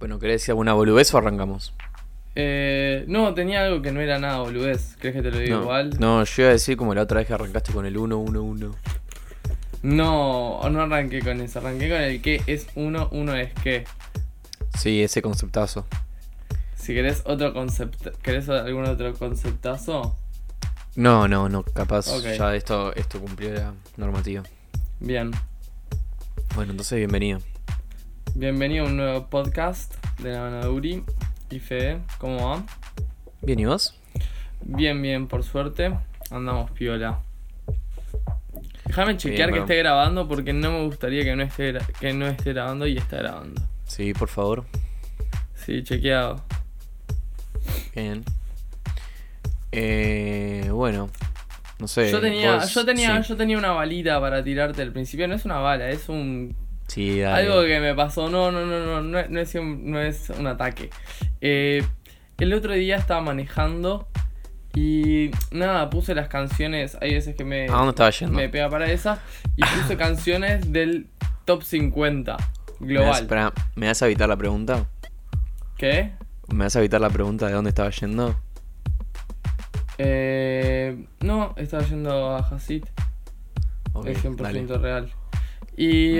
Bueno, ¿querés decir alguna boludez o arrancamos? No, tenía algo que no era nada boludez. ¿Crees que te lo diga igual? No, yo iba a decir como la otra vez que arrancaste con el 1-1-1. No arranqué con eso. Arranqué con el que es uno es que. Sí, ese conceptazo. Si querés otro concepto, ¿querés algún otro conceptazo? No, capaz Ok. ya esto cumplió la normativa. Bien. Bueno, entonces bienvenido. Bienvenido a un nuevo podcast de la mano de Uri y Fede. ¿Cómo va? Bien, ¿y vos? Bien, por suerte. Andamos piola. Déjame chequear que bueno. esté grabando porque no me gustaría que no esté grabando y está grabando. Sí, por favor. Sí, chequeado. Bien. Bueno, no sé. Yo sí. tenía una balita para tirarte al principio. No es una bala, es un... Sí, dale. Algo que me pasó. No es un ataque. El otro día estaba manejando y nada, puse las canciones. Hay veces que ¿A dónde estaba yendo? me pega para esa. Y puse canciones del top 50 global. ¿Me vas a evitar la pregunta? ¿Qué? ¿Me vas a evitar la pregunta de dónde estaba yendo? No, estaba yendo a Hasid. Ok, Es 100% dale. real. Y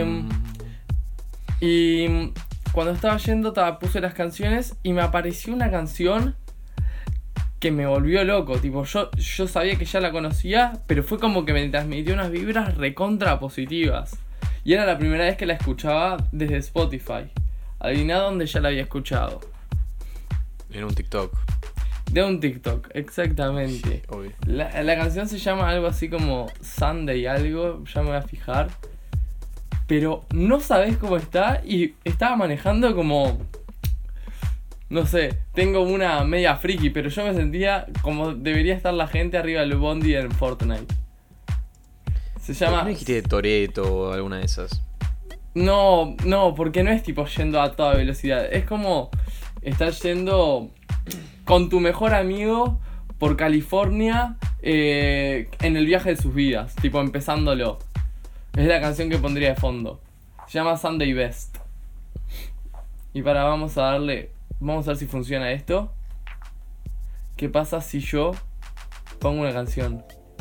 cuando estaba yendo puse las canciones y me apareció una canción que me volvió loco. Tipo, yo sabía que ya la conocía, pero fue como que me transmitió unas vibras recontra positivas. Y era la primera vez que la escuchaba desde Spotify. Adiviná dónde ya la había escuchado. En un TikTok. De un TikTok, exactamente. Sí, obvio. La canción se llama algo así como Sunday algo, ya me voy a fijar. Pero no sabes cómo está y estaba manejando como... No sé, tengo una media friki, pero yo me sentía como debería estar la gente arriba del bondi en Fortnite. Se ¿Por qué llama... no dijiste de Toretto o alguna de esas? No, porque no es tipo yendo a toda velocidad. Es como estar yendo con tu mejor amigo por California en el viaje de sus vidas, tipo empezándolo. Es la canción que pondría de fondo. Se llama Sunday Best. Y vamos a ver si funciona esto. ¿Qué pasa si yo pongo una canción?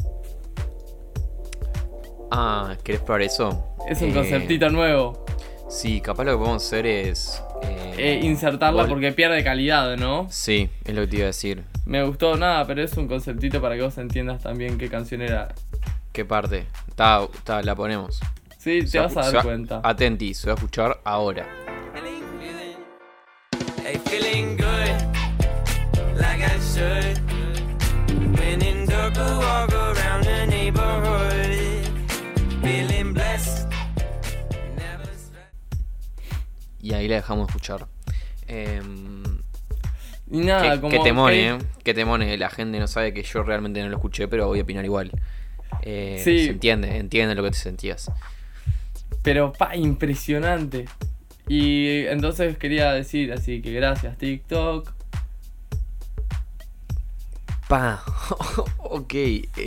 Ah, ¿querés probar eso? Es un conceptito nuevo. Sí, capaz lo que podemos hacer es... Insertarla porque pierde calidad, ¿no? Sí, es lo que te iba a decir. Me gustó nada, pero es un conceptito para que vos entiendas también qué canción era. ¿Qué parte? La ponemos. Sí, te vas a dar cuenta. Atenti, se va a escuchar ahora. Hey, feeling good, like I should. When in dark, I walk around the neighborhood. Feeling blessed. Never Y ahí la dejamos escuchar. Y nada, como qué temone, qué temone. La gente no sabe que yo realmente no lo escuché, pero voy a opinar igual. Sí. Se entiende lo que te sentías. Pero impresionante. Y entonces quería decir así que gracias TikTok. Ok.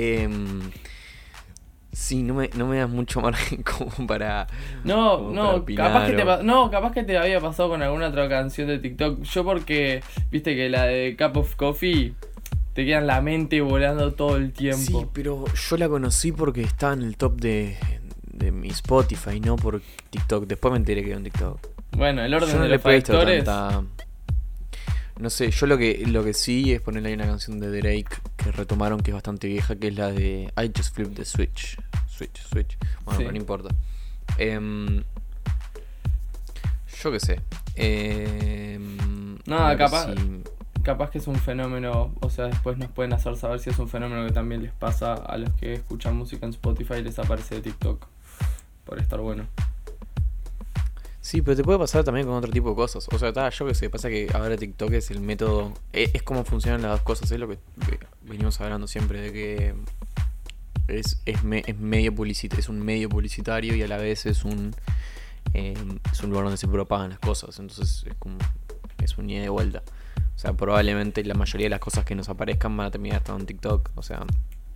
Sí, no me das mucho margen como para... como para opinar Capaz que te había pasado con alguna otra canción de TikTok. Yo porque, viste que la de Cup of Coffee te queda en la mente volando todo el tiempo. Sí, pero yo la conocí porque estaba en el top de mi Spotify, no por TikTok. Después me enteré que era un TikTok. Bueno, el orden Yo no de le los presto factores. No sé, yo lo que sí es ponerle ahí una canción de Drake que retomaron que es bastante vieja, que es la de I Just Flipped the Switch. Bueno, Sí. pero no importa. Yo qué sé. Nada, a ver capaz que es un fenómeno, o sea, después nos pueden hacer saber si es un fenómeno que también les pasa a los que escuchan música en Spotify y les aparece de TikTok. Por estar bueno. Sí, pero te puede pasar también con otro tipo de cosas. O sea, yo qué sé, pasa que ahora TikTok es el método... Es como funcionan las dos cosas, es lo que venimos hablando siempre, de que es medio es un medio publicitario y a la vez es un lugar donde se propagan las cosas. Entonces es un ida y vuelta. O sea, probablemente la mayoría de las cosas que nos aparezcan van a terminar estando en TikTok. O sea,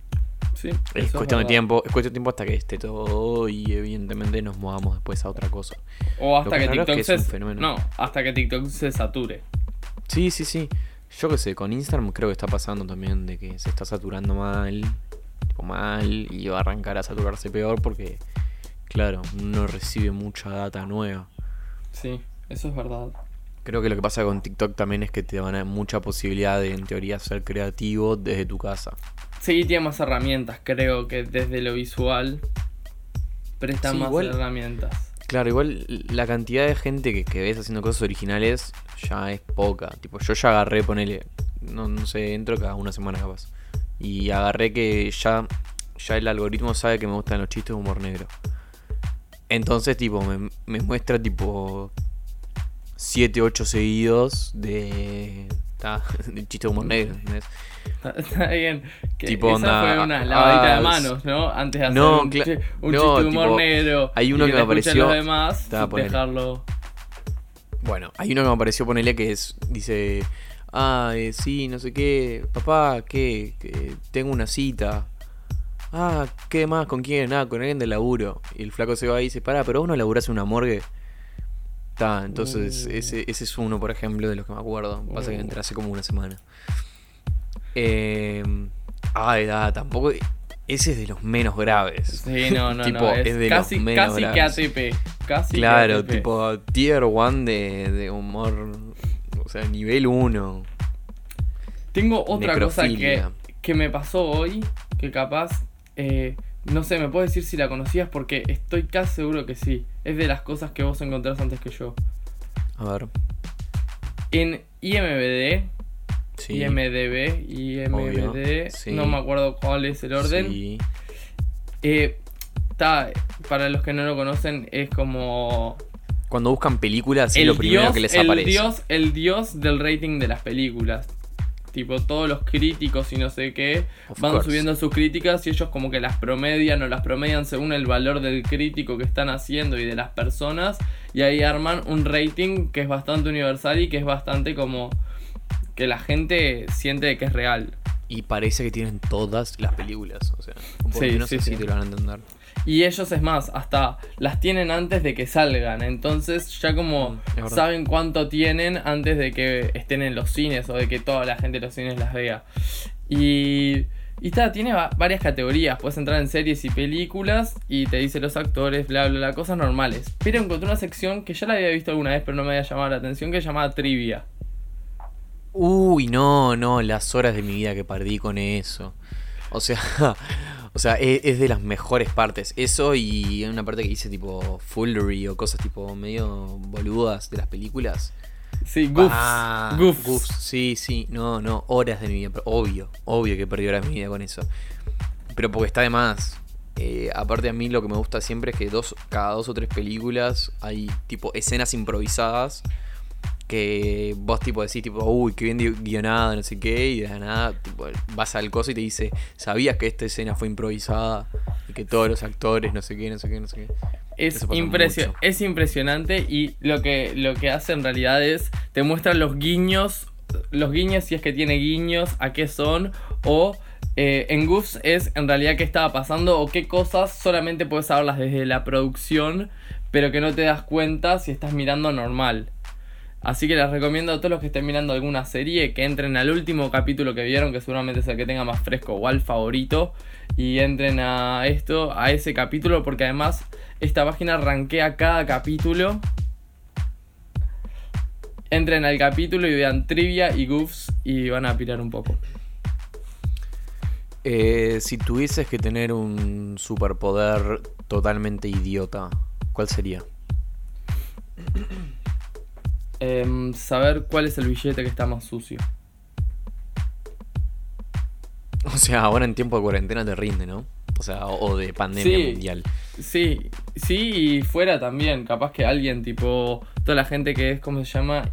Sí, Es eso cuestión de verdad. tiempo, es cuestión de tiempo hasta que esté todo y evidentemente nos movamos después a otra cosa. O hasta Lo que que raro es TikTok que es se... un fenómeno. No, hasta que TikTok se sature. Sí, sí, sí. Yo qué sé, con Instagram creo que está pasando también de que se está saturando mal, tipo mal, y va a arrancar a saturarse peor porque, claro, no recibe mucha data nueva. Sí, eso es verdad. Creo que lo que pasa con TikTok también es que te van a dar mucha posibilidad de, en teoría, ser creativo desde tu casa. Sí, tiene más herramientas, creo que desde lo visual presta Sí, más igual- herramientas. Claro, igual la cantidad de gente que ves haciendo cosas originales ya es poca. Tipo, yo ya agarré, ponele, no sé, entro cada una semana capaz. Y agarré que ya el algoritmo sabe que me gustan los chistes de humor negro. Entonces, tipo, me muestra, tipo, 7, 8 seguidos de chistes de humor negro, ¿entendés? Está bien. Que Tipo, esa onda, fue una lavadita de ah, manos, ¿no? Antes de hacer no, un, cla- un no, chiste de humor tipo, negro. hay uno y que me te escuchen apareció- los demás, Estaba, ponele. dejarlo. Bueno, hay uno que me apareció, ponele, que dice, sí, no sé qué, papá, que tengo una cita. ¿Qué más? ¿Con quién? Con alguien del laburo. Y el flaco se va y dice, pará, pero vos no laburás en una morgue. Entonces ese es uno, por ejemplo, de los que me acuerdo. Pasa que entré hace como una semana. Tampoco... Ese es de los menos graves. Sí, no, Tipo, no. es de los casi, menos casi que graves. ATP. Casi Claro, que ATP. tipo tier 1 de humor, o sea, nivel 1. Tengo otra cosa necrofilia. que me pasó hoy, que capaz, no sé, me puedes decir si la conocías porque estoy casi seguro que sí. Es de las cosas que vos encontrás antes que yo. A ver, En IMDb, sí. IMDb, Obvio, sí. no me acuerdo cuál es el orden. Sí. Para los que no lo conocen, es como Cuando buscan películas, es lo primero que les aparece. el dios del rating de las películas. Tipo, todos los críticos y no sé qué Of van course. subiendo sus críticas y ellos como que las promedian o las promedian según el valor del crítico que están haciendo y de las personas. Y ahí arman un rating que es bastante universal y que es bastante como que la gente siente que es real. Y parece que tienen todas las películas. O sea, porque Sí, no sí, sé sí. si te lo van a entender. Y ellos, es más, hasta las tienen antes de que salgan. Entonces ya como Es verdad. saben cuánto tienen antes de que estén en los cines o de que toda la gente de los cines las vea. Y tiene varias categorías. Puedes entrar en series y películas y te dice los actores, bla, bla, bla, cosas normales. Pero encontré una sección que ya la había visto alguna vez, pero no me había llamado la atención, que se llamaba Trivia. Uy, no, las horas de mi vida que perdí con eso. O sea, es de las mejores partes. Eso y una parte que dice tipo foolery o cosas tipo medio boludas de las películas. Sí, Goofs. Goofs. Sí, no, horas de mi vida. Pero obvio que perdí horas de mi vida con eso. Pero porque está de más. Aparte a mí lo que me gusta siempre es que cada 2 o 3 películas hay tipo escenas improvisadas que vos tipo decís tipo, uy, qué bien guionada, no sé qué, y de la nada tipo, vas al coso y te dice, ¿sabías que esta escena fue improvisada? Y que todos los actores, no sé qué. Es, Eso pasa mucho. es impresionante y lo que hace en realidad es te muestra los guiños si es que tiene guiños, a qué son, o en Goofs es en realidad qué estaba pasando o qué cosas solamente puedes saberlas desde la producción, pero que no te das cuenta si estás mirando normal. Así que les recomiendo a todos los que estén mirando alguna serie que entren al último capítulo que vieron, que seguramente es el que tenga más fresco o al favorito, y entren a ese capítulo, porque además esta página rankea cada capítulo. Entren al capítulo y vean Trivia y Goofs y van a pirar un poco. Si tuvieses que tener un superpoder totalmente idiota, ¿cuál sería? Saber cuál es el billete que está más sucio. O sea, ahora en tiempo de cuarentena te rinde, ¿no? O sea, o de pandemia Sí. mundial. Sí, y fuera también, capaz que alguien tipo, toda la gente que es, ¿cómo se llama?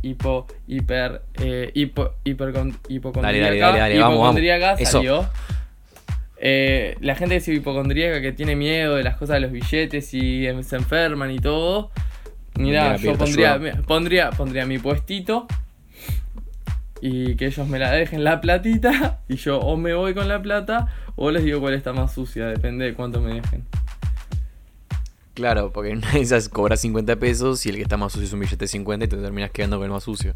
Hipocondríaca. Dale, vamos. Hipocondríaca Eso. salió. La gente que es hipocondríaca, que tiene miedo de las cosas de los billetes y se enferman y todo. Mirá, Mira, yo Pierre, te pondría mi puestito y que ellos me la dejen la platita y yo o me voy con la plata o les digo cuál está más sucia, depende de cuánto me dejen. Claro, porque en una de esas cobras 50 pesos y el que está más sucio es un billete de 50 y te terminas quedando con el más sucio.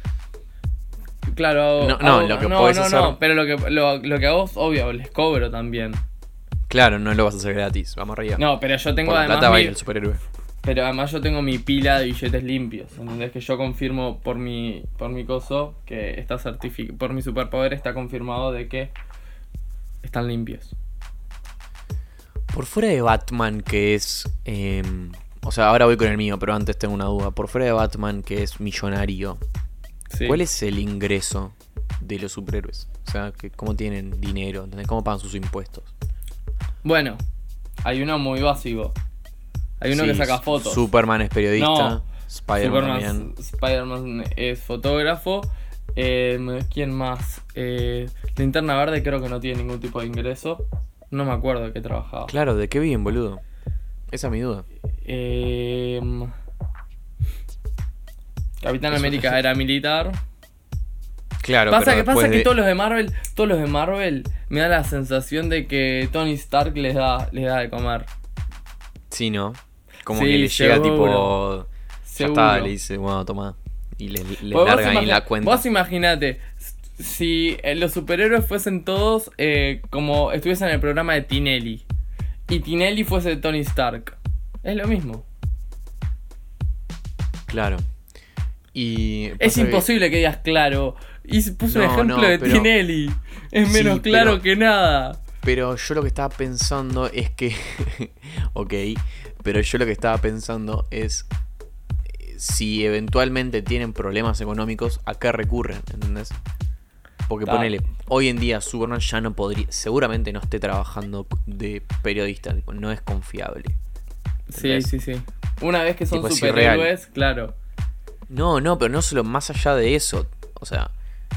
Claro, lo que podés hacer... pero lo que hago es obvio, les cobro también. Claro, no lo vas a hacer gratis, vamos arriba. No, pero yo tengo Por la además plata va a ir el superhéroe. pero además yo tengo mi pila de billetes limpios, ¿entendés? Que yo confirmo por mi coso que está certificado, por mi superpoder está confirmado de que están limpios. Por fuera de Batman, que es... o sea, ahora voy con el mío, pero antes tengo una duda. Por fuera de Batman, que es millonario, Sí. ¿cuál es el ingreso de los superhéroes? O sea, ¿cómo tienen dinero? ¿Entendés? ¿Cómo pagan sus impuestos? Bueno, hay uno muy básico. Hay uno Sí, que saca fotos. Superman es periodista. No, Spider-Man también. Spider-Man es fotógrafo. ¿Quién más? Linterna Verde creo que no tiene ningún tipo de ingreso. No me acuerdo de qué trabajaba. Claro, ¿de qué viven, boludo? Esa es mi duda. Capitán América era militar. Claro, Pasa pero que después de... todos los de Marvel me da la sensación de que Tony Stark les da de comer. Sí, ¿no? Como Sí, que le llega seguro. tipo... Ya Seguro. está, le dice, bueno, toma. Y le Vos largan ahí la cuenta. Vos imaginate, si los superhéroes fuesen todos como estuviesen en el programa de Tinelli y Tinelli fuese Tony Stark, es lo mismo. Claro. Y Es pasa que- imposible que digas claro. Y puse un No, ejemplo no, de pero- Tinelli. Es Sí, menos claro pero- que nada. Pero yo lo que estaba pensando es que... ok. Pero yo lo que estaba pensando es... Si eventualmente tienen problemas económicos, ¿a qué recurren? ¿Entendés? Porque Ta. ponele, hoy en día Superman ya no podría... Seguramente no esté trabajando de periodista. Tipo, no es confiable. Sí, ¿Entendés? sí, sí. Una vez que son Tipo, es superhéroes, claro. No, pero no solo más allá de eso. O sea,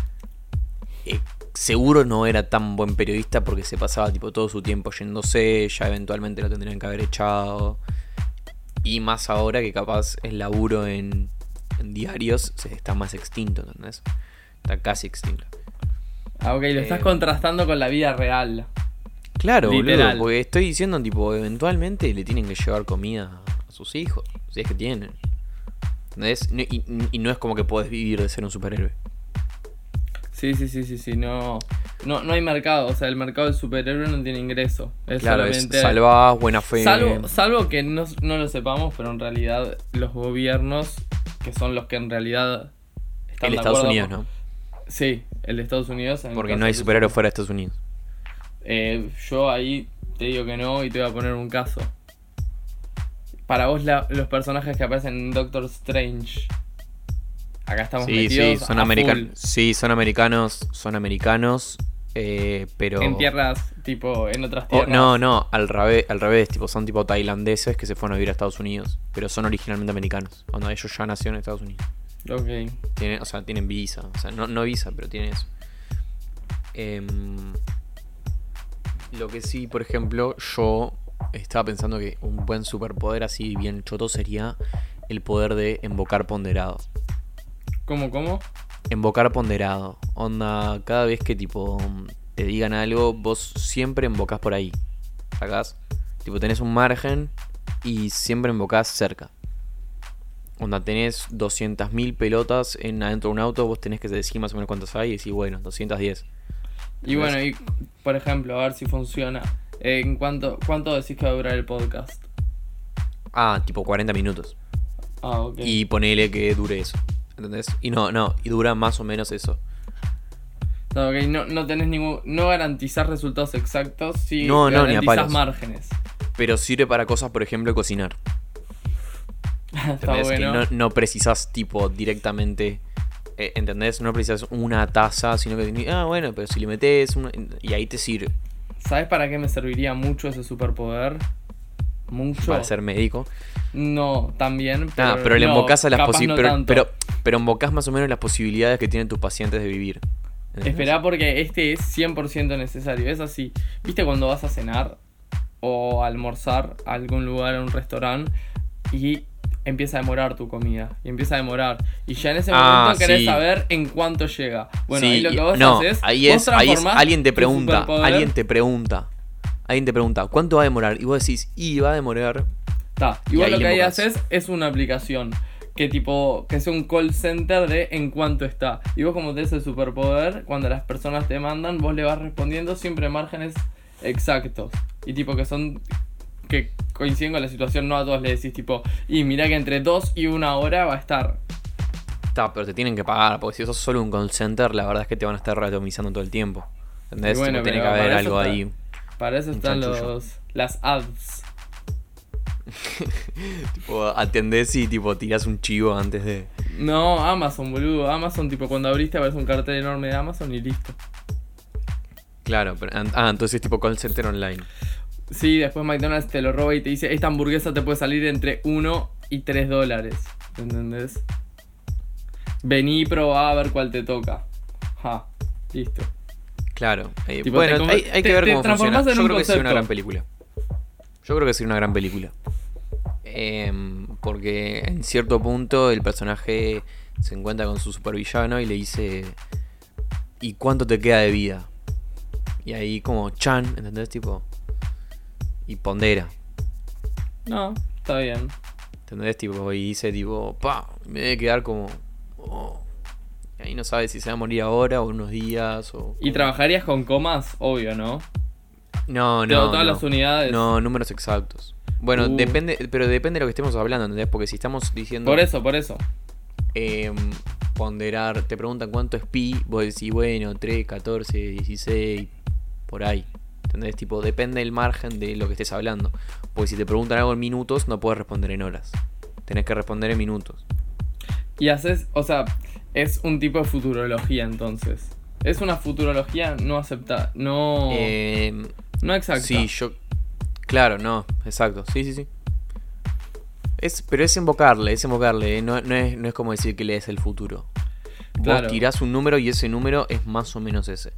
seguro no era tan buen periodista porque se pasaba tipo todo su tiempo yéndose, ya eventualmente lo tendrían que haber echado. Y más ahora que capaz el laburo en diarios se está más extinto, ¿entendés? Está casi extinto. Ah, ok, lo estás contrastando con la vida real. Claro, Literal. boludo, porque estoy diciendo tipo, eventualmente le tienen que llevar comida a sus hijos, si es que tienen. ¿Entendés? Y no es como que podés vivir de ser un superhéroe. Sí. No hay mercado. O sea, el mercado del superhéroe no tiene ingreso. Es Claro, solamente... es salvás, buena fe. Salvo que no lo sepamos, pero en realidad los gobiernos, que son los que en realidad están El de Estados acuerdo Unidos, con- ¿no? Sí, el de Estados Unidos. en el Porque caso no hay de superhéroes fuera de Estados Unidos. Yo ahí te digo que no y te voy a poner un caso. Para vos los personajes que aparecen en Doctor Strange. Acá estamos Sí, metidos son a americanos. full. Sí, son americanos. Pero. En tierras, tipo, en otras Oh, tierras. no, al revés, tipo, son tipo tailandeses que se fueron a vivir a Estados Unidos. Pero son originalmente americanos. Cuando ellos ya nacieron en Estados Unidos. Ok. Tienen visa. O sea, no visa, pero tienen eso. Lo que sí, por ejemplo, yo estaba pensando que un buen superpoder así bien choto sería el poder de invocar ponderado. ¿Cómo? Invocar ponderado. Onda, cada vez que tipo te digan algo, vos siempre invocás por ahí. ¿Sacás? Tipo, tenés un margen y siempre invocás cerca. Onda, tenés 200.000 pelotas adentro de un auto, vos tenés que decir más o menos cuántas hay y decir, bueno, 210. Y bueno, y por ejemplo, a ver si funciona. ¿Cuánto decís que va a durar el podcast? Ah, tipo 40 minutos. Ah, ok. Y ponele que dure eso. ¿Entendés? Y y dura más o menos eso. No, ok, no tenés ningún... No garantizás resultados exactos, sí No, ni a garantizás palos. márgenes. Pero sirve para cosas, por ejemplo, cocinar. Está ¿Entendés? bueno. Que no precisas tipo directamente, ¿entendés? No precisas una taza, sino que bueno, pero si le metes y ahí te sirve ¿Sabes para qué me serviría mucho ese superpoder? Mucho. para ser médico. No, también. Pero le invocás a las capaz no posibilidades. tanto. Pero invocás más o menos las posibilidades que tienen tus pacientes de vivir. ¿Entendés? Esperá porque este es 100% necesario. Es así. ¿Viste cuando vas a cenar o a almorzar a algún lugar, a un restaurante, y empieza a demorar tu comida. Y empieza a demorar. Y ya en ese Ah, momento querés sí. saber en cuánto llega. Bueno, Sí, ahí lo que vos no, haces. ahí vos es, transformás alguien te tu pregunta, superpoder- alguien te pregunta, ¿cuánto va a demorar? Y vos decís, y va a demorar. Ta, Y igual ahí lo que le ahí invocás. haces es una aplicación que tipo, que sea un call center de en cuánto está. Y vos como tenés el superpoder, cuando las personas te mandan, vos le vas respondiendo siempre en márgenes exactos. Y tipo que son, que coinciden con la situación, no a todos le decís tipo, y mirá que entre 2 y 1 hora va a estar. Está, pero te tienen que pagar, porque si sos solo un call center, la verdad es que te van a estar randomizando todo el tiempo. ¿Entendés? Y bueno, Tipo, tiene que pero haber para eso algo está- ahí. Para eso Un están chanchullo. las ads. Tipo, atendés y tipo tirás un chivo antes de. No, Amazon, boludo. Amazon, tipo, cuando abriste aparece un cartel enorme de Amazon y listo. Claro, pero. Entonces tipo call center online. Sí, después McDonald's te lo roba y te dice, esta hamburguesa te puede salir entre 1 y 3 dólares. ¿Entendés? Vení y probá a ver cuál te toca. Ja, listo. Claro. Tipo, Bueno, te hay que ver te cómo funciona. transformás en Yo un creo que sería una concepto. gran película. Yo creo que sería una gran película. Porque en cierto punto el personaje se encuentra con su supervillano y le dice, ¿y cuánto te queda de vida? Y ahí como Chan, ¿entendés? Tipo, y pondera, No, está bien. ¿entendés? Tipo, y dice tipo, pa, me debe quedar como... oh. Y ahí no sabe si se va a morir ahora o unos días o... ¿Y trabajarías con comas? Obvio, ¿no? No, Pero no, todas no. las unidades. No, números exactos. Bueno, Uh. depende, pero depende de lo que estemos hablando, ¿entendés? Porque si estamos diciendo... Por eso. Ponderar, te preguntan cuánto es pi, vos decís, bueno, 3, 14, 16, por ahí. ¿Entendés? Tipo, depende del margen de lo que estés hablando. Porque si te preguntan algo en minutos, no puedes responder en horas. Tenés que responder en minutos. Y haces, o sea, es un tipo de futurología entonces. Es una futurología no aceptada, no exacta. Sí, yo... Claro, no, exacto. Sí. Pero es invocarle, no es como decir que lees el futuro. Claro. Vos tirás un número y ese número es más o menos ese.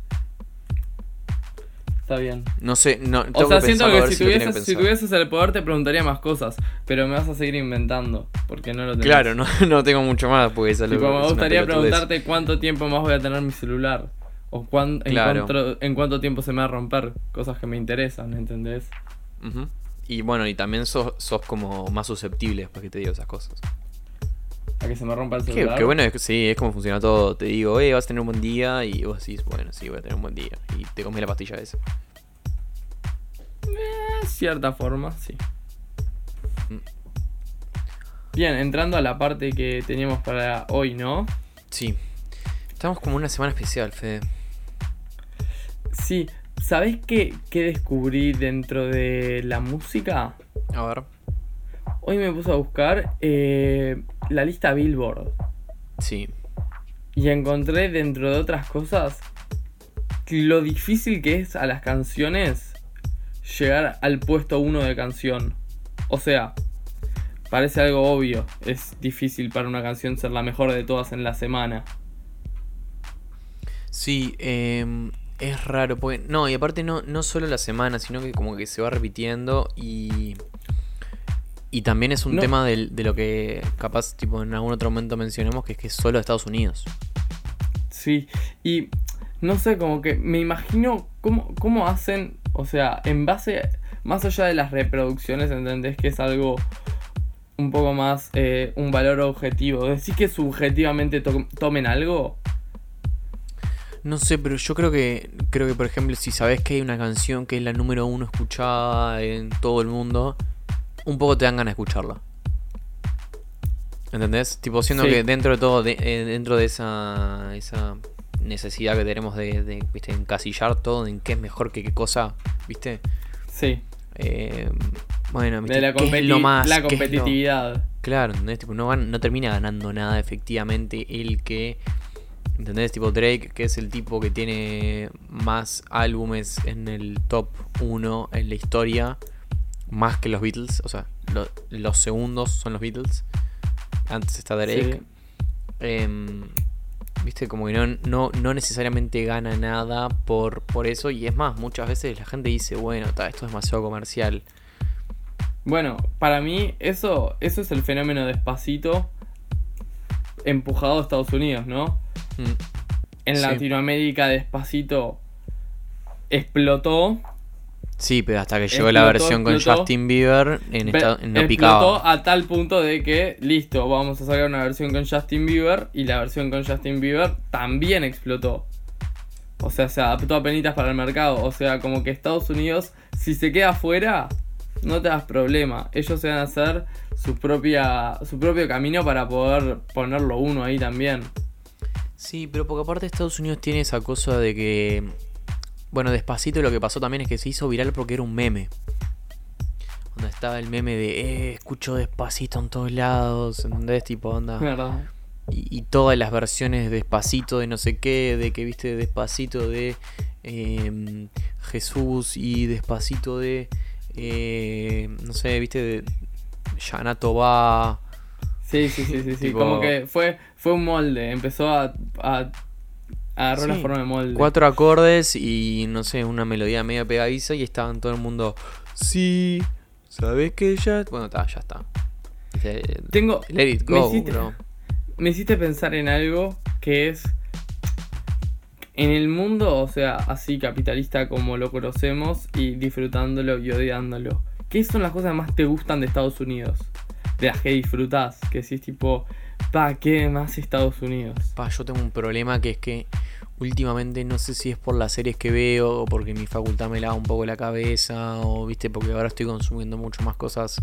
Está bien. No sé, no, O tengo sea, que siento pensarlo, a que ver si si lo tiene que tuvieses, si pensar. tuvieses el poder te preguntaría más cosas, pero me vas a seguir inventando, porque no lo tenés. Claro, no tengo mucho más, porque esa Tipo, me es una gustaría pelotudez. preguntarte cuánto tiempo más voy a tener mi celular. O Claro. en cuánto tiempo se me va a romper. Cosas que me interesan, ¿entendés? Ujú. Y bueno, y también sos como más susceptible después que te digo esas cosas. A que se me rompa el Que celular. bueno, sí, es como funciona todo. Te digo, vas a tener un buen día, y vos decís, bueno, sí, voy a tener un buen día. Y te comés la pastilla esa. De cierta forma, sí. Mm. Bien, entrando a la parte que teníamos para hoy, ¿no? Sí. Estamos como en una semana especial, Fede. Sí. ¿Sabés qué descubrí dentro de la música? A ver. Hoy me puse a buscar la lista Billboard. Sí. Y encontré dentro de otras cosas lo difícil que es a las canciones llegar al puesto 1 de canción. O sea, parece algo obvio. Es difícil para una canción ser la mejor de todas en la semana. Sí, es raro, porque... No, y aparte no solo la semana, sino que como que se va repitiendo y también es un No. tema de lo que capaz tipo en algún otro momento mencionemos, que es solo de Estados Unidos. Sí, y no sé, como que me imagino cómo hacen, o sea, en base, más allá de las reproducciones, ¿entendés? Que es algo un poco más, un valor objetivo. ¿Decís que subjetivamente tomen algo? No sé, pero yo creo que por ejemplo, si sabés que hay una canción que es la número 1 escuchada en todo el mundo, un poco te dan ganas de escucharla. ¿Entendés? Tipo, siendo Sí. que dentro de todo, dentro de esa necesidad que tenemos de ¿viste? Encasillar todo en qué es mejor que qué cosa, ¿viste? Sí, Bueno, ¿viste? de la, ¿Qué es lo más? la ¿Qué es lo- competitividad. Claro, ¿entendés? Tipo, no termina ganando nada efectivamente el que... ¿Entendés? Tipo Drake, que es el tipo que tiene más álbumes en el top 1 en la historia, más que los Beatles. O sea, los segundos son los Beatles. Antes está Drake. Sí. Viste, como que no necesariamente gana nada por eso. Y es más, muchas veces la gente dice, bueno, esto es demasiado comercial. Bueno, para mí eso es el fenómeno Despacito empujado a Estados Unidos, ¿no? Mm, En sí. Latinoamérica Despacito explotó. Sí, pero hasta que llegó la versión con explotó. Justin Bieber, no Explotó picaba. a tal punto de que, listo, vamos a sacar una versión con Justin Bieber. Y la versión con Justin Bieber también explotó. O sea, se adaptó a penitas para el mercado. O sea, como que Estados Unidos, si se queda afuera, no te das problema. Ellos se van a hacer su propio camino para poder ponerlo uno ahí también. Sí, pero porque aparte Estados Unidos tiene esa cosa de que... Bueno, Despacito lo que pasó también es que se hizo viral porque era un meme. Donde estaba el meme de, escucho Despacito en todos lados, ¿entendés? Tipo, onda... ¿Verdad? Y todas las versiones de Despacito de no sé qué, de que viste Despacito de Jesús y Despacito de... no sé, viste, de Yana Tobá. Sí. Tipo- Como que fue un molde. Empezó a agarrar la Sí, forma de molde. 4 acordes y no sé, una melodía media pegadiza y estaban todo el mundo. Sí, sabes que ya. Bueno, ya está. Tengo. Let it me go, hiciste- bro. Me hiciste pensar en algo que es. En el mundo, o sea, así capitalista como lo conocemos y disfrutándolo y odiándolo. ¿Qué son las cosas que más te gustan de Estados Unidos? De las que disfrutás. Que decís tipo, ¿qué más Estados Unidos? Yo tengo un problema que es que últimamente no sé si es por las series que veo o porque mi facultad me lava un poco la cabeza o viste porque ahora estoy consumiendo mucho más cosas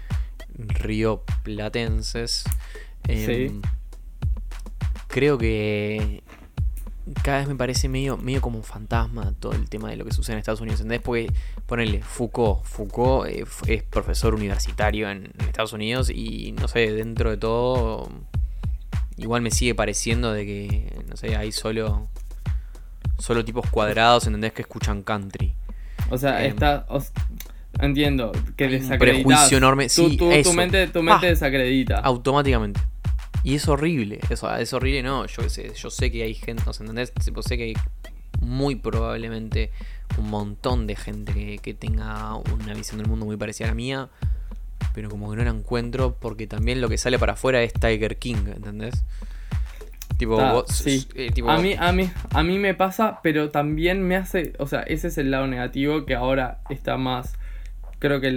rioplatenses. Sí. Creo que cada vez me parece medio como un fantasma todo el tema de lo que sucede en Estados Unidos. ¿Entendés? Porque ponele Foucault es profesor universitario en Estados Unidos y no sé, dentro de todo igual me sigue pareciendo de que, no sé, hay solo tipos cuadrados, ¿entendés? Que escuchan country. O sea, entiendo que Hay un desacreditas. prejuicio enorme. Sí, tu eso. mente desacredita. Automáticamente. Y es horrible. Es horrible, no. Yo qué sé. Yo sé que hay gente, ¿no? ¿Entendés? Tipo, sé que hay muy probablemente un montón de gente que tenga una visión del mundo muy parecida a la mía. Pero como que no la encuentro porque también lo que sale para afuera es Tiger King, ¿entendés? Tipo, Sí. tipo, A mí me pasa, pero también me hace, o sea, ese es el lado negativo que ahora está más, creo que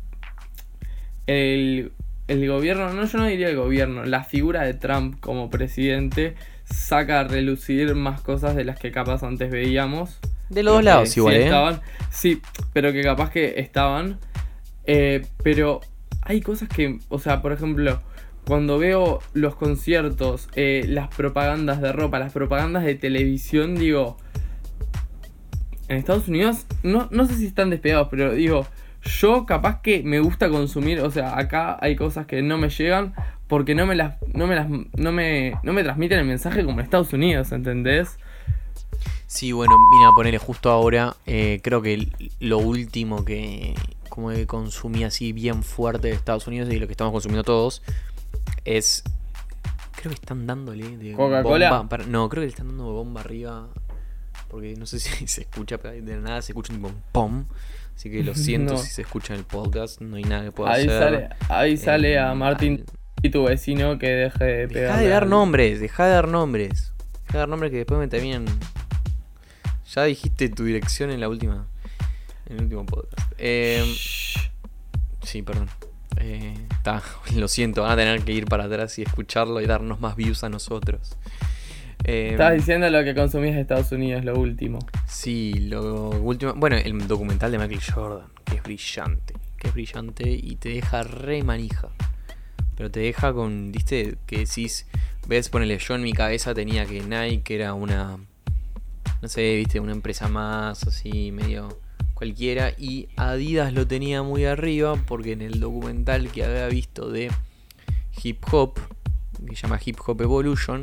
el gobierno, no, yo no diría el gobierno, la figura de Trump como presidente saca a relucir más cosas de las que capaz antes veíamos. de los dos lados Sí igual, estaban, sí, pero que capaz que estaban. Pero hay cosas que, o sea, por ejemplo, cuando veo los conciertos, las propagandas de ropa, las propagandas de televisión, digo, en Estados Unidos, no sé si están despegados, pero digo, yo capaz que me gusta consumir, o sea, acá hay cosas que no me llegan porque no me transmiten el mensaje como en Estados Unidos, ¿entendés? Sí, bueno, mira, ponele justo ahora, creo que lo último que como que consumí así bien fuerte de Estados Unidos y lo que estamos consumiendo todos es, creo que están dándole de ¿Coca-Cola? bomba, no, creo que le están dando de bomba arriba porque no sé si se escucha, pero de la nada se escucha un tipo pom, así que lo siento No. si se escucha en el podcast, no hay nada que pueda hacer. Ahí sale a Eh, Martín y tu vecino que deje de pegar. Deja de dar nombres, deja de dar nombres que después me terminan. Ya dijiste tu dirección en el último podcast. Sí, perdón. Lo siento, van a tener que ir para atrás y escucharlo y darnos más views a nosotros. Estabas diciendo lo que consumías de Estados Unidos, lo último. Sí, lo último. Bueno, el documental de Michael Jordan, que es brillante y te deja re manija. Pero te deja con, viste, que decís, ves, ponele, yo en mi cabeza tenía que Nike era una, no sé, viste, una empresa más así, medio cualquiera, y Adidas lo tenía muy arriba porque en el documental que había visto de hip hop, que se llama Hip Hop Evolution,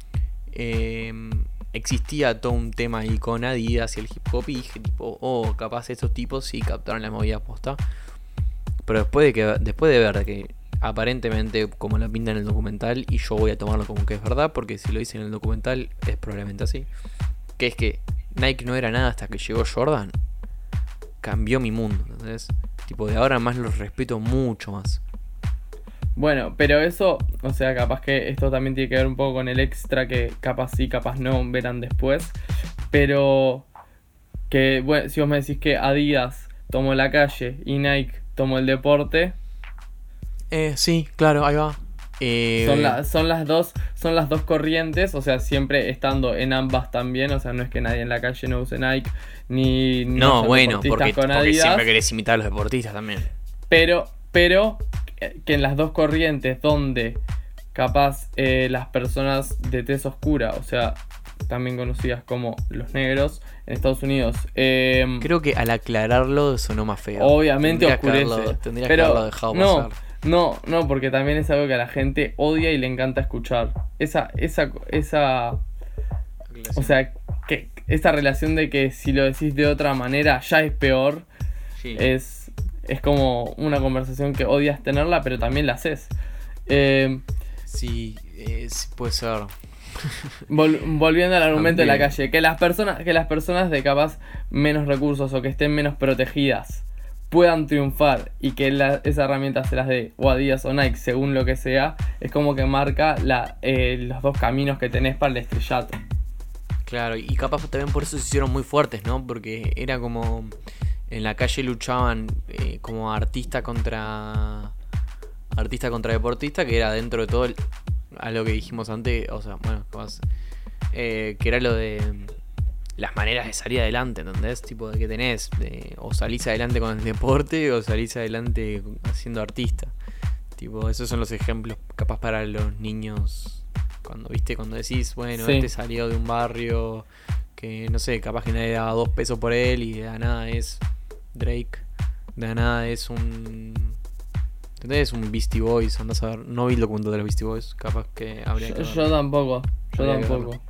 existía todo un tema ahí con Adidas y el hip hop y dije tipo, capaz estos tipos sí captaron la movida posta. Pero después de ver que aparentemente como lo pinta en el documental, y yo voy a tomarlo como que es verdad, porque si lo dice en el documental es probablemente así, que es que Nike no era nada hasta que llegó Jordan, cambió mi mundo, ¿entendés? Tipo, de ahora más los respeto mucho más. Bueno, pero eso, o sea, capaz que esto también tiene que ver un poco con el extra que capaz sí, capaz no verán después. Pero que, bueno, si vos me decís que Adidas tomó la calle y Nike tomó el deporte, Sí, claro, ahí va. son las dos corrientes, o sea, siempre estando en ambas también, o sea, no es que nadie en la calle no use Nike, ni No, hayan bueno, deportistas porque Adidas, siempre querés imitar a los deportistas también. pero que en las dos corrientes donde capaz las personas de tez oscura, o sea, también conocidas como los negros en Estados Unidos, Creo que al aclararlo sonó más feo. obviamente Tendrías oscurece, tendrías que pero haberlo dejado no, pasar. no, porque también es algo que a la gente odia y le encanta escuchar. O sea, que esa relación de que si lo decís de otra manera ya es peor, Sí. es como una conversación que odias tenerla, pero también la haces. Sí, sí puede ser. Volviendo al argumento de la También. calle, que las personas de capaz menos recursos o que estén menos protegidas puedan triunfar y que esa herramienta se las dé o Adidas o Nike según lo que sea, es como que marca los dos caminos que tenés para el estrellato. Claro, y capaz también por eso se hicieron muy fuertes, ¿no? Porque era como... En la calle luchaban como artista contra deportista, que era dentro de todo a lo que dijimos antes, o sea, bueno, capaz, que era lo de las maneras de salir adelante, ¿entendés? Tipo de que tenés, o salís adelante con el deporte o salís adelante siendo artista. Tipo, esos son los ejemplos capaz para los niños cuando decís, bueno, Sí. este salió de un barrio que no sé, capaz que nadie daba 2 pesos por él y de la nada es Drake, de la nada es un... ¿Entendés? Un Beastie Boys, andás a ver. No vi el documental de los Beastie Boys, capaz que habría que ver. Yo tampoco. Habría que verlo.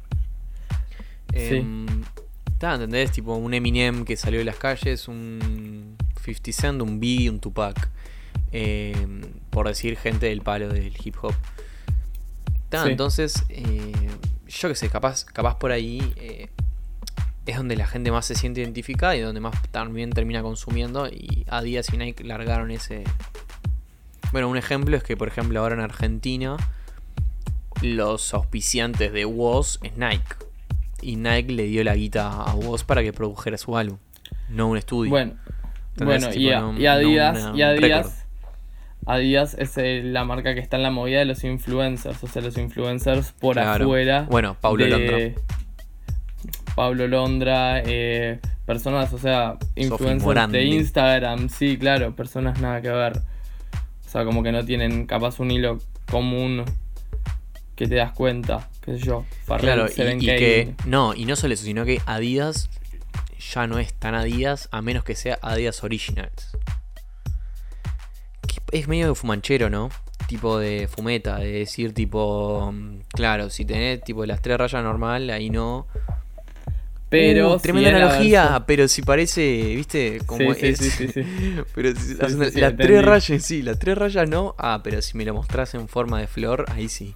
¿Entendés? Tipo un Eminem que salió de las calles, un 50 Cent, un Biggie, un Tupac. Por decir gente del palo del hip hop. Sí. Entonces, yo qué sé, capaz por ahí es donde la gente más se siente identificada y donde más también termina consumiendo. Y Adidas y Nike largaron ese... Bueno, un ejemplo es que, por ejemplo, ahora en Argentina los auspiciantes de Woz es Nike. Y Nike le dio la guita a Woz para que produjera su álbum, no un estudio. Bueno, ¿Entendés? y Tipo, Adidas, récord. Adidas es la marca que está en la movida de los influencers, o sea, los influencers por Claro. afuera. Bueno, Paulo Londra. Pablo Londra, personas, o sea, influencers Morandi. de Instagram, sí, claro, personas nada que ver. O sea, como que no tienen capaz un hilo común que te das cuenta, qué sé yo. Farrell, Claro, Seven y K. que... No, y no solo eso, sino que Adidas ya no es tan Adidas a menos que sea Adidas Originals. Que es medio fumanchero, ¿no? Tipo de fumeta, de decir tipo... Claro, si tenés tipo las 3 rayas normal, ahí no... Pero tremenda si es la analogía, versión- pero si parece, ¿viste? Como Sí, es. sí. Pero si Sí, hacen sí, las entendí. 3 rayas, sí, las 3 rayas no. Ah, pero si me lo mostrás en forma de flor, ahí sí.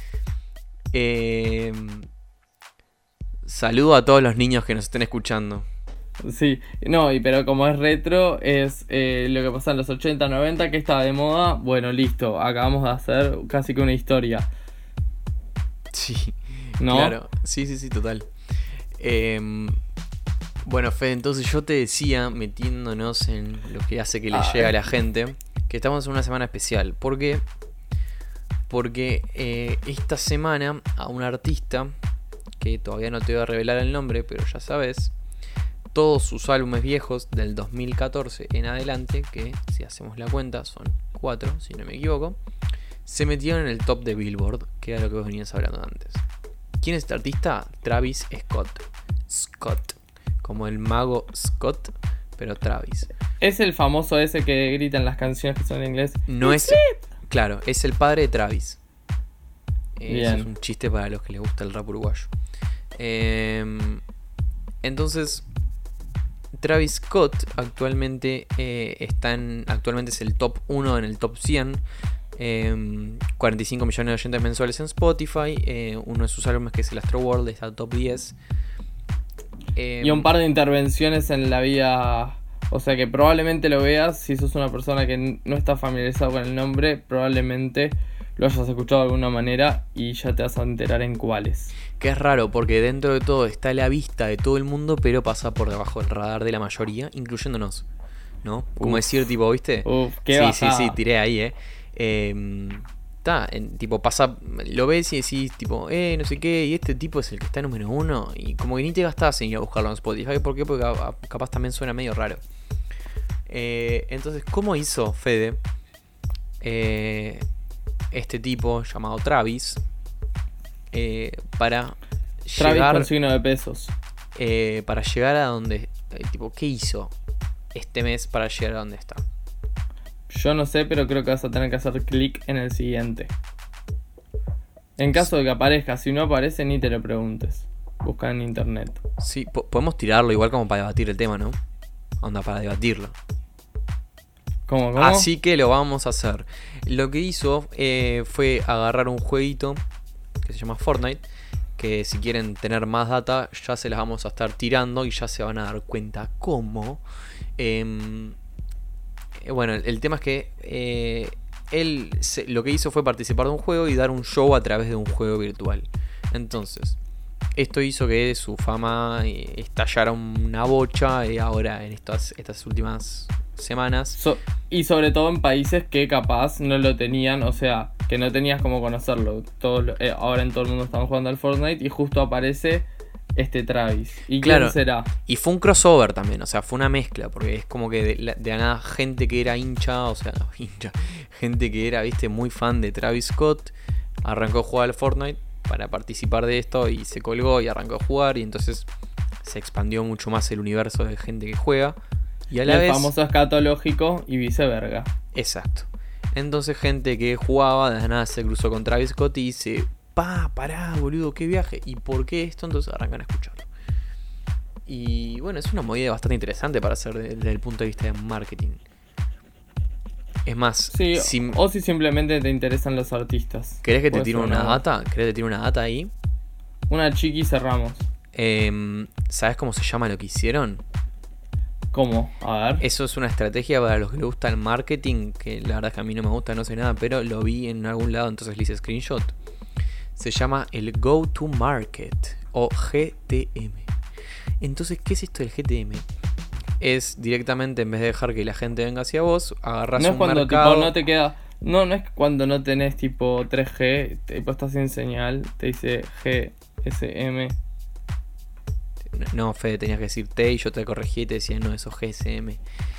Saludo a todos los niños que nos estén escuchando. Sí, no, pero como es retro, es lo que pasa en los 80, 90, que estaba de moda. Bueno, listo, acabamos de hacer casi que una historia, Sí, ¿no? claro. Sí, total. Bueno, Fede, entonces yo te decía, metiéndonos en lo que hace que le llegue a la gente, que estamos en una semana especial. ¿Por qué? Porque esta semana a un artista, que todavía no te voy a revelar el nombre, pero ya sabes, todos sus álbumes viejos del 2014 en adelante, que si hacemos la cuenta son 4, si no me equivoco, se metieron en el top de Billboard, que era lo que vos venías hablando antes. ¿Quién es este artista? Travis Scott. Como el mago Scott, pero Travis. Es el famoso ese que grita en las canciones que son en inglés. No es... Claro, es el padre de Travis. Bien. Eso es un chiste para los que les gusta el rap uruguayo. Entonces, Travis Scott actualmente actualmente es el top 1 en el top 100. 45 millones de oyentes mensuales en Spotify. Uno de sus álbumes, que es el Astro World, está top 10. Y un par de intervenciones en la vía O sea que probablemente lo veas, si sos una persona que no está familiarizado con el nombre, probablemente lo hayas escuchado de alguna manera y ya te vas a enterar en cuáles. Que es raro porque dentro de todo está a la vista de todo el mundo, pero pasa por debajo del radar de la mayoría, incluyéndonos, ¿no? Como decir, tipo, ¿viste? Qué sí, bajada. sí, tiré ahí, tipo, pasa, lo ves y decís, tipo, no sé qué, y este tipo es el que está número 1, y como que ni te gastás en ir a buscarlo en Spotify. ¿Por qué? Porque capaz también suena medio raro. Entonces, ¿cómo hizo Fede? Este tipo llamado Travis, para Travis llegar, con signo de pesos. para llegar a donde, tipo, ¿qué hizo este mes para llegar a donde está? Yo no sé, pero creo que vas a tener que hacer clic en el siguiente. En caso de que aparezca, si no aparece ni te lo preguntes. Busca en internet. Sí, podemos tirarlo igual como para debatir el tema, ¿no? Onda, para debatirlo. ¿Cómo? Así que lo vamos a hacer. Lo que hizo fue agarrar un jueguito que se llama Fortnite, que si quieren tener más data ya se las vamos a estar tirando y ya se van a dar cuenta cómo. Bueno, el tema es que él lo que hizo fue participar de un juego y dar un show a través de un juego virtual. Entonces, esto hizo que su fama estallara una bocha ahora en estas últimas semanas. Y sobre todo en países que capaz no lo tenían, o sea, que no tenías como conocerlo. Ahora en todo el mundo están jugando al Fortnite y justo aparece este Travis. ¿Y claro, quién será? Y fue un crossover también, o sea, fue una mezcla, porque es como que de la nada gente que era hincha, o sea, gente que era, viste, muy fan de Travis Scott, arrancó a jugar al Fortnite para participar de esto y se colgó y arrancó a jugar y entonces se expandió mucho más el universo de gente que juega y a la vez... El famoso escatológico y viceverga. Exacto. Entonces gente que jugaba de la nada se cruzó con Travis Scott y dice... pará, boludo, qué viaje. ¿Y por qué esto? Entonces arrancan a escucharlo. Y bueno, es una movida bastante interesante para hacer desde el punto de vista de marketing. Es más, Sí, o si simplemente te interesan los artistas. ¿querés que te Puede tire ser una data? ¿Querés que te tire una data ahí? Una chiqui cerramos. ¿Sabes cómo se llama lo que hicieron? ¿Cómo? A ver. Eso es una estrategia para los que les gusta el marketing, que la verdad es que a mí no me gusta, no sé nada, pero lo vi en algún lado, entonces le hice screenshot. Se llama el Go to Market o GTM. Entonces, ¿qué es esto del GTM? Es directamente, en vez de dejar que la gente venga hacia vos, agarrás No es un cuando mercado. tipo no te queda. No es cuando no tenés tipo 3G, tipo estás sin señal, te dice GSM. No, Fede, tenías que decir T y yo te corregí y te decía, no, eso es GSM.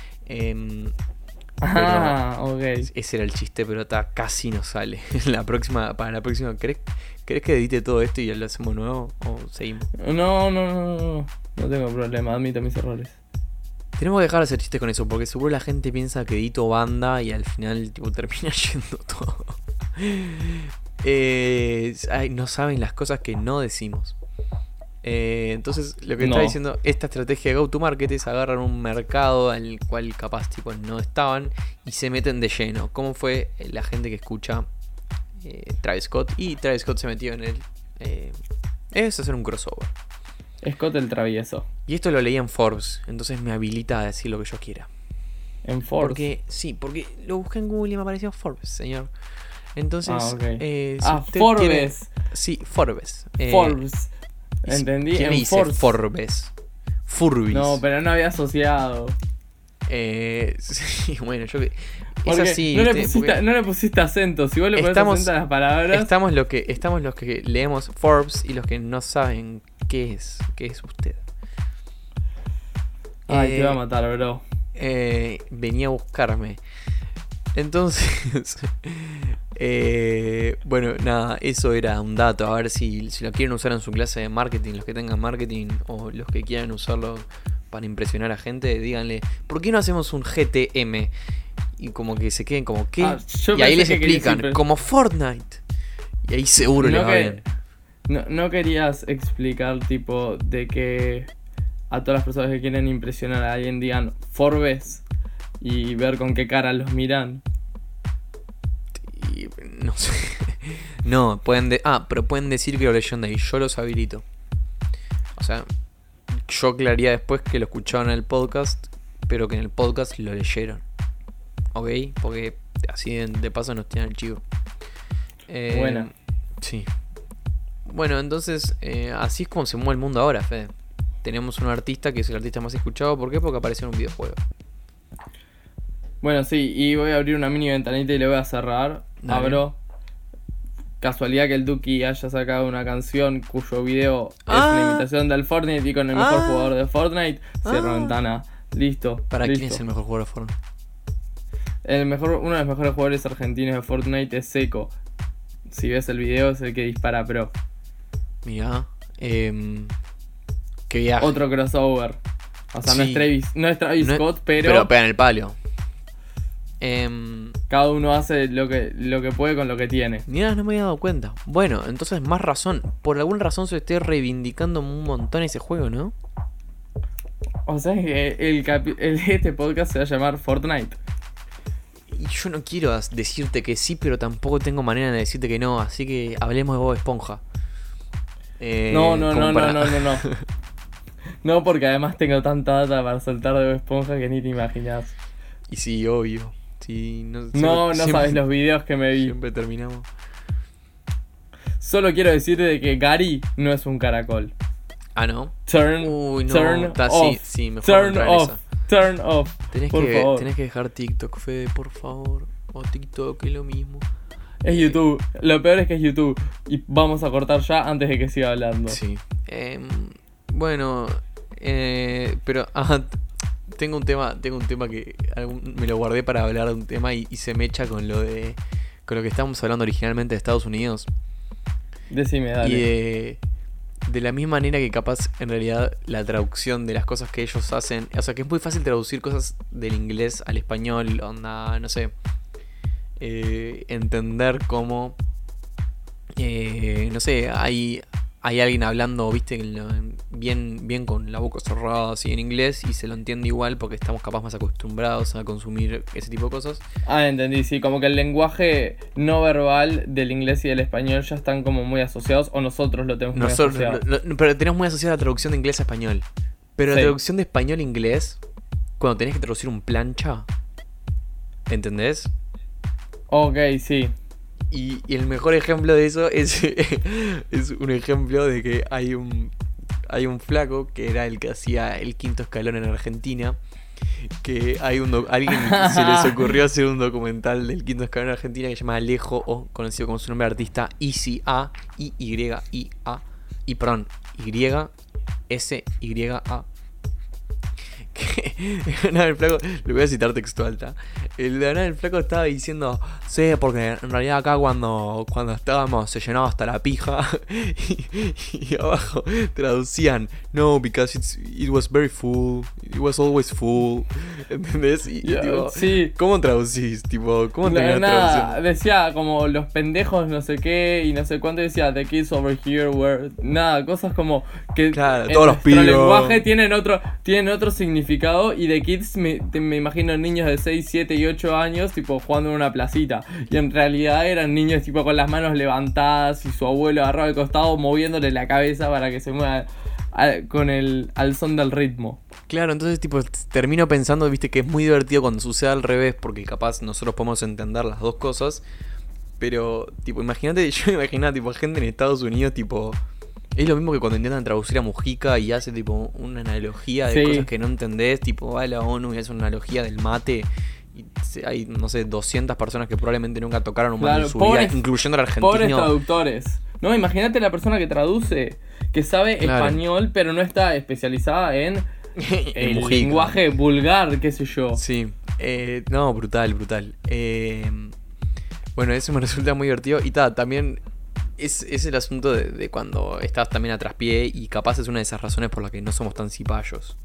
Ok. Ese era el chiste, pero casi no sale. Para la próxima, ¿crees que edite todo esto y lo hacemos nuevo? ¿O seguimos? No tengo problema, admito mis errores. Tenemos que dejar de hacer chistes con eso, porque seguro la gente piensa que edito banda y al final tipo, termina yendo todo. No saben las cosas que no decimos. Entonces lo que está diciendo esta estrategia de Go to Market es agarrar un mercado al cual capaz tipo no estaban y se meten de lleno, como fue la gente que escucha Travis Scott, y Travis Scott se metió en es hacer un crossover. Scott el travieso. Y esto lo leí en Forbes, entonces me habilita a decir lo que yo quiera. En Forbes. Porque lo busqué en Google y me apareció Forbes, señor. Entonces Forbes. Sí, Forbes. Forbes. Entendí. ¿Quién le dice Forbes? Furbis. No, pero no había asociado. Sí, bueno, yo es porque así. No le pusiste acento. Si vos le pones acento a las palabras. Estamos los que leemos Forbes y los que no saben qué es usted. Ay, te va a matar, bro. Venía a buscarme. Entonces, bueno, nada, eso era un dato. A ver si lo quieren usar en su clase de marketing, los que tengan marketing o los que quieran usarlo para impresionar a gente, díganle, ¿por qué no hacemos un GTM? Y como que se queden como, ¿qué? Y ahí les explican, como Fortnite. Y ahí seguro le va bien. No querías explicar, tipo, de que a todas las personas que quieren impresionar a alguien digan Forbes y ver con qué cara los miran. Y, no sé. No, pero pueden decir que lo leyeron de ahí. Yo los habilito. O sea, yo aclararía después que lo escuchaban en el podcast, pero que en el podcast lo leyeron. ¿Ok? Porque así de paso nos tiran el chivo. Buena. Sí. Bueno, entonces así es como se mueve el mundo ahora, Fede. Tenemos un artista que es el artista más escuchado. ¿Por qué? Porque apareció en un videojuego. Bueno, sí, y voy a abrir una mini ventanita y le voy a cerrar. Dale. Abro. Casualidad que el Duki haya sacado una canción cuyo video es una imitación del Fortnite y con el mejor jugador de Fortnite. Cierro ventana. Listo. ¿Para listo. quién es el mejor jugador de Fortnite? Uno de los mejores jugadores argentinos de Fortnite es Seco. Si ves el video es el que dispara pro. Mirá. Qué viaje. Otro crossover. O sea, no Sí. es Travis No es- Scott, Pero pega en el palo. cada uno hace lo que puede con lo que tiene. Mirá, no me había dado cuenta. Bueno, entonces más razón. Por alguna razón se esté reivindicando un montón ese juego, ¿no? O sea que este podcast se va a llamar Fortnite. Y yo no quiero decirte que sí, pero tampoco tengo manera de decirte que no. Así que hablemos de Bob Esponja. No. como para- No, no, porque además tengo tanta data para soltar de Bob Esponja que ni te imaginas. Y sí, obvio. Sí, no No siempre- sabes los videos que me vi. Siempre terminamos. Solo quiero decirte de que Gary no es un caracol. Ah, ¿no? Turn Uy, no. turn Está, off. sí, mejor Turn no entrar en off. esa. Turn off. Tenés por favor. que dejar TikTok, Fede, por favor. O TikTok es lo mismo. Es YouTube. Lo peor es que es YouTube. Y vamos a cortar ya antes de que siga hablando. Sí. Bueno, pero tengo un tema que me lo guardé para hablar de un tema y se me echa con lo que estábamos hablando originalmente de Estados Unidos. Decime, Y dale. de la misma manera que capaz en realidad la traducción de las cosas que ellos hacen, o sea que es muy fácil traducir cosas del inglés al español, onda, no sé, entender cómo, no sé, hay alguien hablando, viste, bien con la boca cerrada así en inglés y se lo entiende igual porque estamos capaz más acostumbrados a consumir ese tipo de cosas. Entendí, sí, como que el lenguaje no verbal del inglés y del español ya están como muy asociados, o nosotros lo tenemos muy asociado. Pero tenemos muy asociada la traducción de inglés a español. Pero la Sí. traducción de español a inglés, cuando tenés que traducir un plancha, ¿entendés? Ok, sí. Y el mejor ejemplo de eso es un ejemplo de que hay un flaco que era el que hacía el quinto escalón en Argentina. Que alguien se les ocurrió hacer un documental del quinto escalón en Argentina que se llama Alejo, o conocido como su nombre de artista, ICA, I-Y-I-A, y perdón, Y-S-Y-A. Que nada, el flaco, lo voy a citar textual, ¿tá? El flaco estaba diciendo, sí, porque en realidad acá cuando estábamos se llenaba hasta la pija. y abajo traducían, no, because it was very full, it was always full. ¿Entendés? Y tipo, Sí. ¿cómo traducís? Tipo, ¿cómo terminás Nada, traduciendo? decía como los pendejos no sé qué y no sé cuánto, decía the kids over here were, nada, cosas como que Claro, en todos los nuestro pibos. lenguaje tienen otro significado, y the kids me imagino niños de 6, 7 y 8 años tipo jugando en una placita, y en realidad eran niños tipo con las manos levantadas y su abuelo agarrado al costado moviéndole la cabeza para que se mueva al son del ritmo. Claro, entonces tipo termino pensando, viste, que es muy divertido cuando sucede al revés, porque capaz nosotros podemos entender las dos cosas. Pero, tipo, imagínate, yo me imaginaba tipo gente en Estados Unidos, tipo. Es lo mismo que cuando intentan traducir a Mujica y hace tipo una analogía de Sí. cosas que no entendés, tipo va a la ONU y hace una analogía del mate. Y hay, no sé, 200 personas que probablemente nunca tocaron un mate Claro, en su pobres- vida, incluyendo al Pobres argentino. traductores. No, imagínate la persona que traduce, que sabe Claro. español, pero no está especializada en En el Mujica. lenguaje vulgar, qué sé yo. Sí, no, brutal. Bueno, eso me resulta muy divertido. Y también es el asunto de cuando estás también a traspié y capaz es una de esas razones por las que no somos tan cipayos.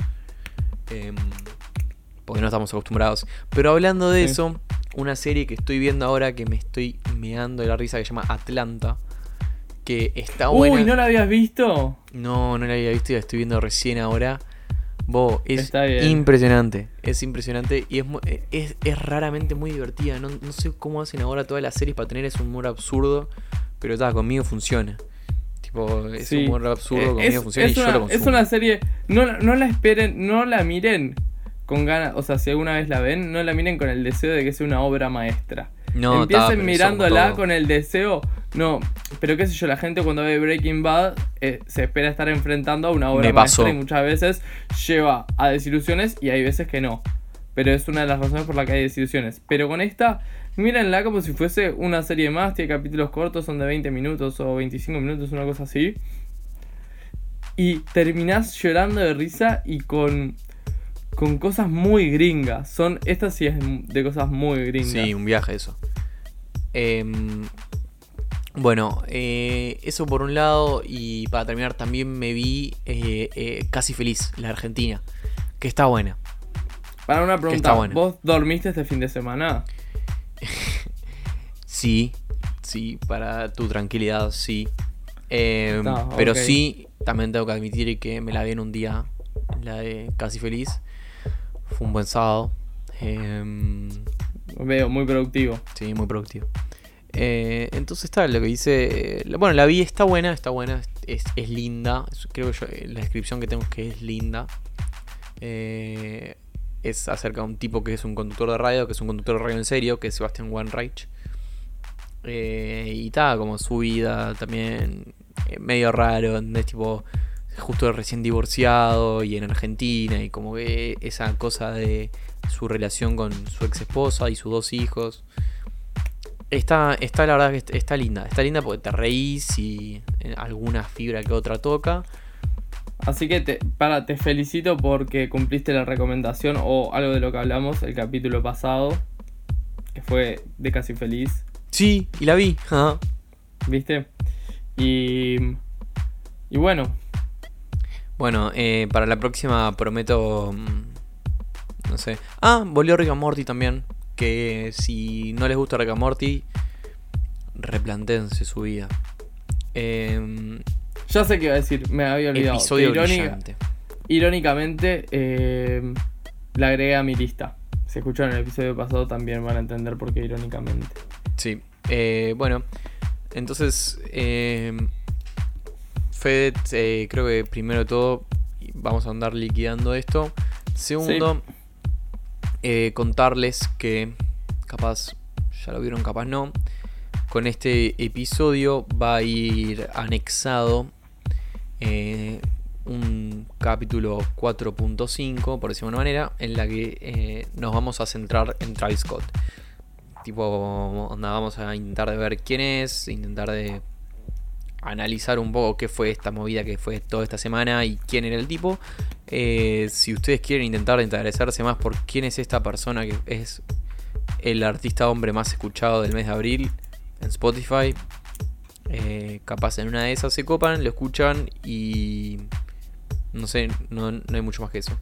Porque no estamos acostumbrados. Pero hablando de Sí. eso, una serie que estoy viendo ahora que me estoy meando de la risa que se llama Atlanta. Que está buena. Uy, ¿no la habías visto? No la había visto y la estoy viendo recién ahora. Es Está bien. impresionante. Es impresionante y es raramente muy divertida. No sé cómo hacen ahora todas las series para tener ese humor absurdo. Pero conmigo funciona. Tipo, ese humor absurdo conmigo funciona y yo lo consumo. Es una serie, no la esperen, no la miren con ganas, o sea, si alguna vez la ven, no la miren con el deseo de que sea una obra maestra. No, Empiecen pero mirándola somos con el deseo, no, pero qué sé yo, la gente cuando ve Breaking Bad se espera estar enfrentando a una obra Me pasó. maestra y muchas veces lleva a desilusiones y hay veces que no. Pero es una de las razones por las que hay desilusiones. Pero con esta, mírenla como si fuese una serie más, tiene capítulos cortos, son de 20 minutos o 25 minutos, una cosa así. Y terminás llorando de risa y con cosas muy gringas. Esta sí es de cosas muy gringas. Sí, un viaje eso. Bueno, eso por un lado. Y para terminar también me vi Casi Feliz, la Argentina, que está buena. Para una pregunta, bueno. ¿vos dormiste este fin de semana? Sí, para tu tranquilidad, sí. Pero ok. sí, también tengo que admitir que me la vi en un día, la de Casi Feliz. Fue un buen sábado. Veo, muy productivo. Sí, muy productivo. Entonces está, lo que dice... Bueno, la vi, está buena, es linda. Creo que la descripción que tengo es que es linda. Es acerca de un tipo que es un conductor de radio, en serio, que es Sebastián Wanreich. Y está, como su vida también medio raro, es tipo justo recién divorciado y en Argentina, y como que esa cosa de su relación con su ex esposa y sus 2 hijos. Está la verdad que está linda porque te reís y alguna fibra que otra toca. Así que te felicito porque cumpliste la recomendación o algo de lo que hablamos el capítulo pasado, que fue de Casi Feliz. Sí, y la vi. Ajá. ¿Viste? Y bueno. Bueno, para la próxima prometo... no sé. Volvió Rick and Morty también. Que si no les gusta Rick and Morty, replantéense su vida. Ya sé qué iba a decir, me había olvidado. Episodio brillante. Irónicamente, la agregué a mi lista. Si escucharon el episodio pasado también van a entender por qué irónicamente. Sí. Bueno, entonces... Fede, creo que primero de todo vamos a andar liquidando esto. Segundo, contarles que capaz ya lo vieron, capaz no. Con este episodio va a ir anexado un capítulo 4.5, por decirlo de una manera, en la que nos vamos a centrar en Travis Scott. Tipo, vamos a intentar de ver quién es, intentar de analizar un poco qué fue esta movida que fue toda esta semana y quién era el tipo. Si ustedes quieren intentar de interesarse más por quién es esta persona que es el artista hombre más escuchado del mes de abril en Spotify, capaz en una de esas se copan, lo escuchan y no sé, no hay mucho más que eso.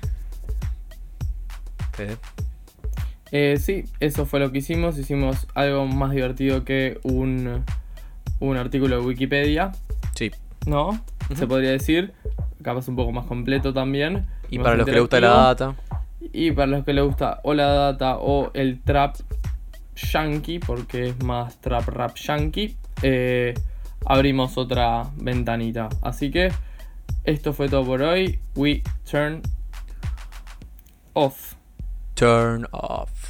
Fede. Sí, eso fue lo que hicimos. Hicimos algo más divertido que un artículo de Wikipedia, Sí. ¿no? Ujú. Se podría decir. Capaz un poco más completo también. Y más para los que les gusta la interactivo. data, Y para los que les gusta o la data o el trap yankee, porque es más trap rap yankee, abrimos otra ventanita. Así que esto fue todo por hoy. We turn off. turn off.